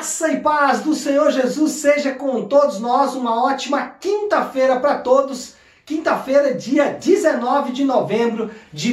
Graça e paz do Senhor Jesus seja com todos nós. Uma ótima quinta-feira para todos. Quinta-feira, dia 19 de novembro de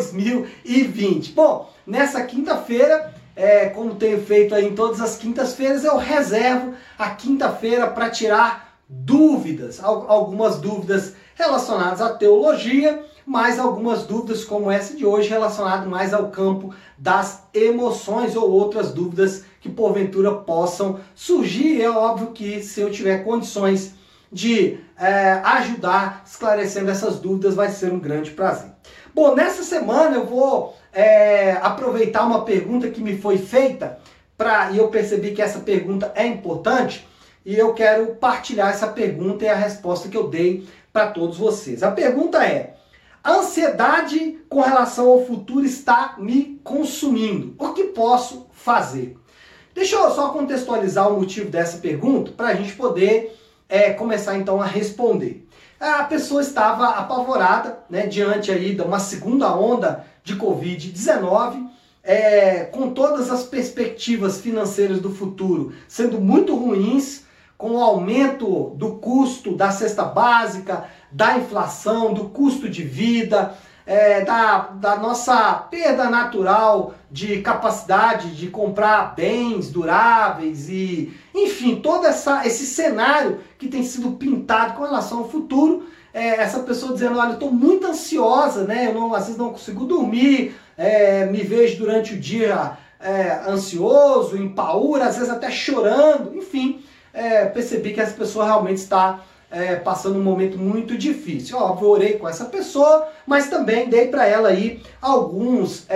2020. Bom, nessa quinta-feira, como tenho feito aí em todas as quintas-feiras, eu reservo a quinta-feira para tirar dúvidas. Algumas dúvidas relacionadas à teologia, mas algumas dúvidas como essa de hoje relacionadas mais ao campo das emoções ou outras dúvidas que porventura possam surgir. É óbvio que se eu tiver condições de ajudar esclarecendo essas dúvidas, vai ser um grande prazer. Bom, nessa semana eu vou aproveitar uma pergunta que me foi feita e eu percebi que essa pergunta é importante e eu quero partilhar essa pergunta e a resposta que eu dei para todos vocês. A pergunta é: a ansiedade com relação ao futuro está me consumindo. O que posso fazer? Deixa eu só contextualizar o motivo dessa pergunta para a gente poder começar então a responder. A pessoa estava apavorada, né, diante aí de uma segunda onda de Covid-19, com todas as perspectivas financeiras do futuro sendo muito ruins, com o aumento do custo da cesta básica, da inflação, do custo de vida, da nossa perda natural de capacidade de comprar bens duráveis e, enfim, todo esse cenário que tem sido pintado com relação ao futuro. Essa pessoa dizendo: olha, eu estou muito ansiosa, né? Às vezes não consigo dormir, me vejo durante o dia ansioso, impaura, às vezes até chorando, enfim. Percebi que essa pessoa realmente está passando um momento muito difícil. Óbvio, eu orei com essa pessoa, mas também dei para ela aí algumas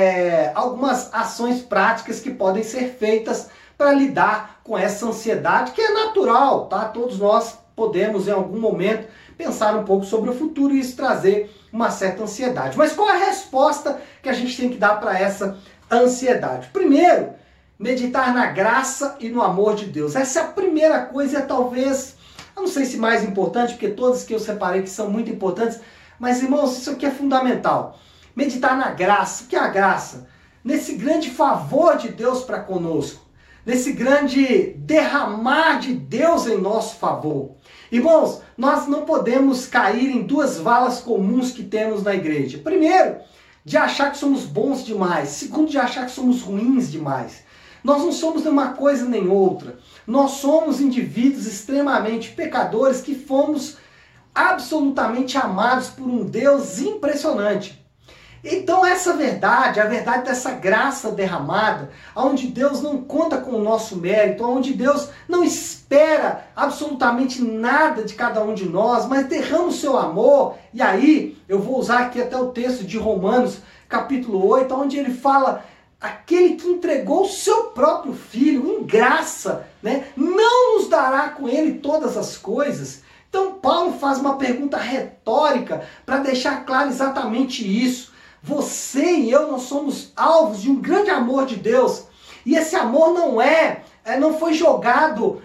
ações práticas que podem ser feitas para lidar com essa ansiedade, que é natural, tá? Todos nós podemos em algum momento pensar um pouco sobre o futuro e isso trazer uma certa ansiedade. Mas qual é a resposta que a gente tem que dar para essa ansiedade? Primeiro, meditar na graça e no amor de Deus. Essa é a primeira coisa, talvez, eu não sei se mais importante, porque todas que eu separei que são muito importantes, mas irmãos, isso aqui é fundamental. Meditar na graça. O que é a graça? Nesse grande favor de Deus para conosco, nesse grande derramar de Deus em nosso favor. Irmãos, nós não podemos cair em duas valas comuns que temos na igreja. Primeiro, de achar que somos bons demais. Segundo, de achar que somos ruins demais. Nós não somos nem uma coisa nem outra. Nós somos indivíduos extremamente pecadores que fomos absolutamente amados por um Deus impressionante. Então essa verdade, a verdade dessa graça derramada, onde Deus não conta com o nosso mérito, onde Deus não espera absolutamente nada de cada um de nós, mas derrama o seu amor. E aí eu vou usar aqui até o texto de Romanos, capítulo 8, onde ele fala: aquele que entregou o seu próprio filho em graça, né, não nos dará com ele todas as coisas? Então Paulo faz uma pergunta retórica para deixar claro exatamente isso. Você e eu, nós somos alvos de um grande amor de Deus. E esse amor não foi jogado,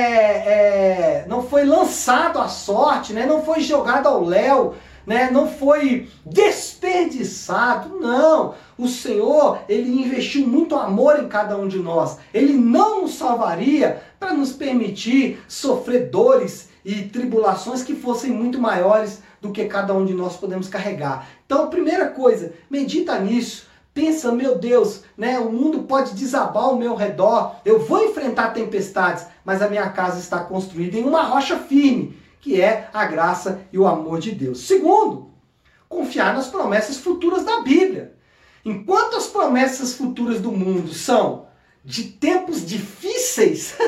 não foi lançado à sorte, né, não foi jogado ao léu, né, não foi desperdiçado, não. O Senhor, Ele investiu muito amor em cada um de nós. Ele não nos salvaria para nos permitir sofrer dores e tribulações que fossem muito maiores do que cada um de nós podemos carregar. Então, primeira coisa, medita nisso. Pensa: meu Deus, né, o mundo pode desabar ao meu redor, eu vou enfrentar tempestades, mas a minha casa está construída em uma rocha firme, que é a graça e o amor de Deus. Segundo, confiar nas promessas futuras da Bíblia. Enquanto as promessas futuras do mundo são de tempos difíceis,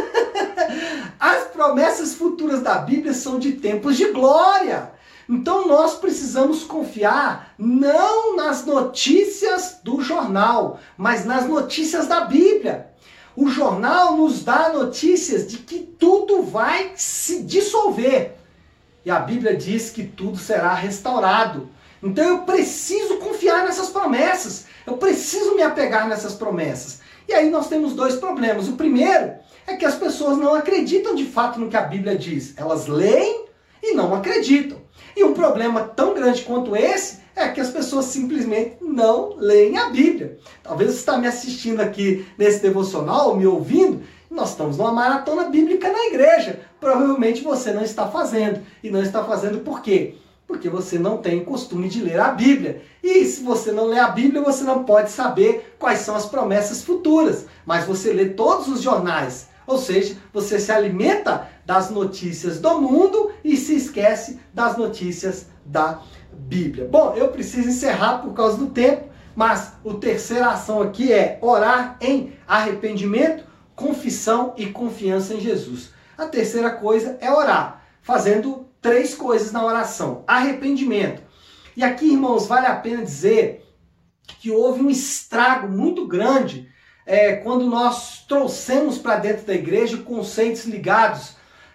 as promessas futuras da Bíblia são de tempos de glória. Então nós precisamos confiar não nas notícias do jornal, mas nas notícias da Bíblia. O jornal nos dá notícias de que tudo vai se dissolver. E a Bíblia diz que tudo será restaurado. Então eu preciso confiar nessas promessas. Eu preciso me apegar nessas promessas. E aí nós temos dois problemas. O primeiro é que as pessoas não acreditam de fato no que a Bíblia diz. Elas leem e não acreditam. E um problema tão grande quanto esse é que as pessoas simplesmente não leem a Bíblia. Talvez você está me assistindo aqui nesse devocional, me ouvindo, Nós estamos numa maratona bíblica na igreja. Provavelmente você não está fazendo. E não está fazendo por quê? Porque você não tem costume de ler a Bíblia. E se você não lê a Bíblia, você não pode saber quais são as promessas futuras. Mas você lê todos os jornais. Ou seja, você se alimenta das notícias do mundo e se esquece das notícias da Bíblia. Bom, eu preciso encerrar por causa do tempo, mas a terceira ação aqui é orar em arrependimento, confissão e confiança em Jesus. A terceira coisa é orar, fazendo 3 coisas na oração. Arrependimento. E aqui, irmãos, vale a pena dizer que houve um estrago muito grande quando nós trouxemos para dentro da igreja conceitos ligados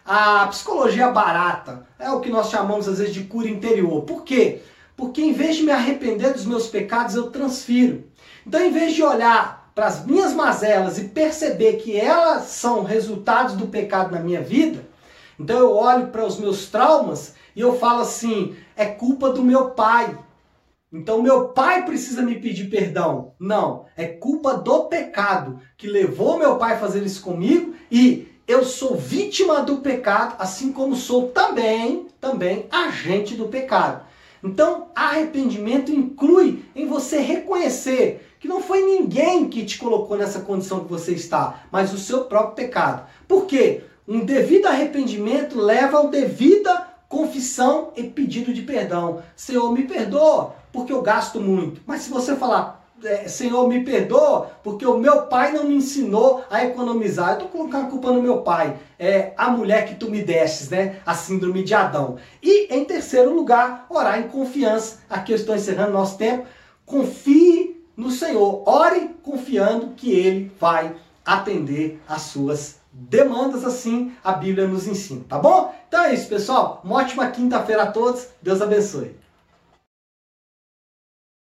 à psicologia barata. É o que nós chamamos às vezes de cura interior. Por quê? Porque em vez de me arrepender dos meus pecados, eu transfiro. Então, em vez de olhar para as minhas mazelas e perceber que elas são resultados do pecado na minha vida, então eu olho para os meus traumas e eu falo assim, é culpa do meu pai. Então meu pai precisa me pedir perdão. Não, é culpa do pecado que levou meu pai a fazer isso comigo e eu sou vítima do pecado, assim como sou também agente do pecado. Então, arrependimento inclui em você reconhecer que não foi ninguém que te colocou nessa condição que você está, mas o seu próprio pecado. Por quê? Um devido arrependimento leva ao devida confissão e pedido de perdão. Senhor, me perdoa porque eu gasto muito. Mas se você falar, Senhor, me perdoa porque o meu pai não me ensinou a economizar. Eu estou colocando a culpa no meu pai. É a mulher que tu me destes, né? A síndrome de Adão. E em terceiro lugar, orar em confiança. Aqui eu estou encerrando nosso tempo. Confie no Senhor. Ore confiando que Ele vai atender às suas demandas, assim a Bíblia nos ensina, tá bom? Então é isso, pessoal. Uma ótima quinta-feira a todos. Deus abençoe.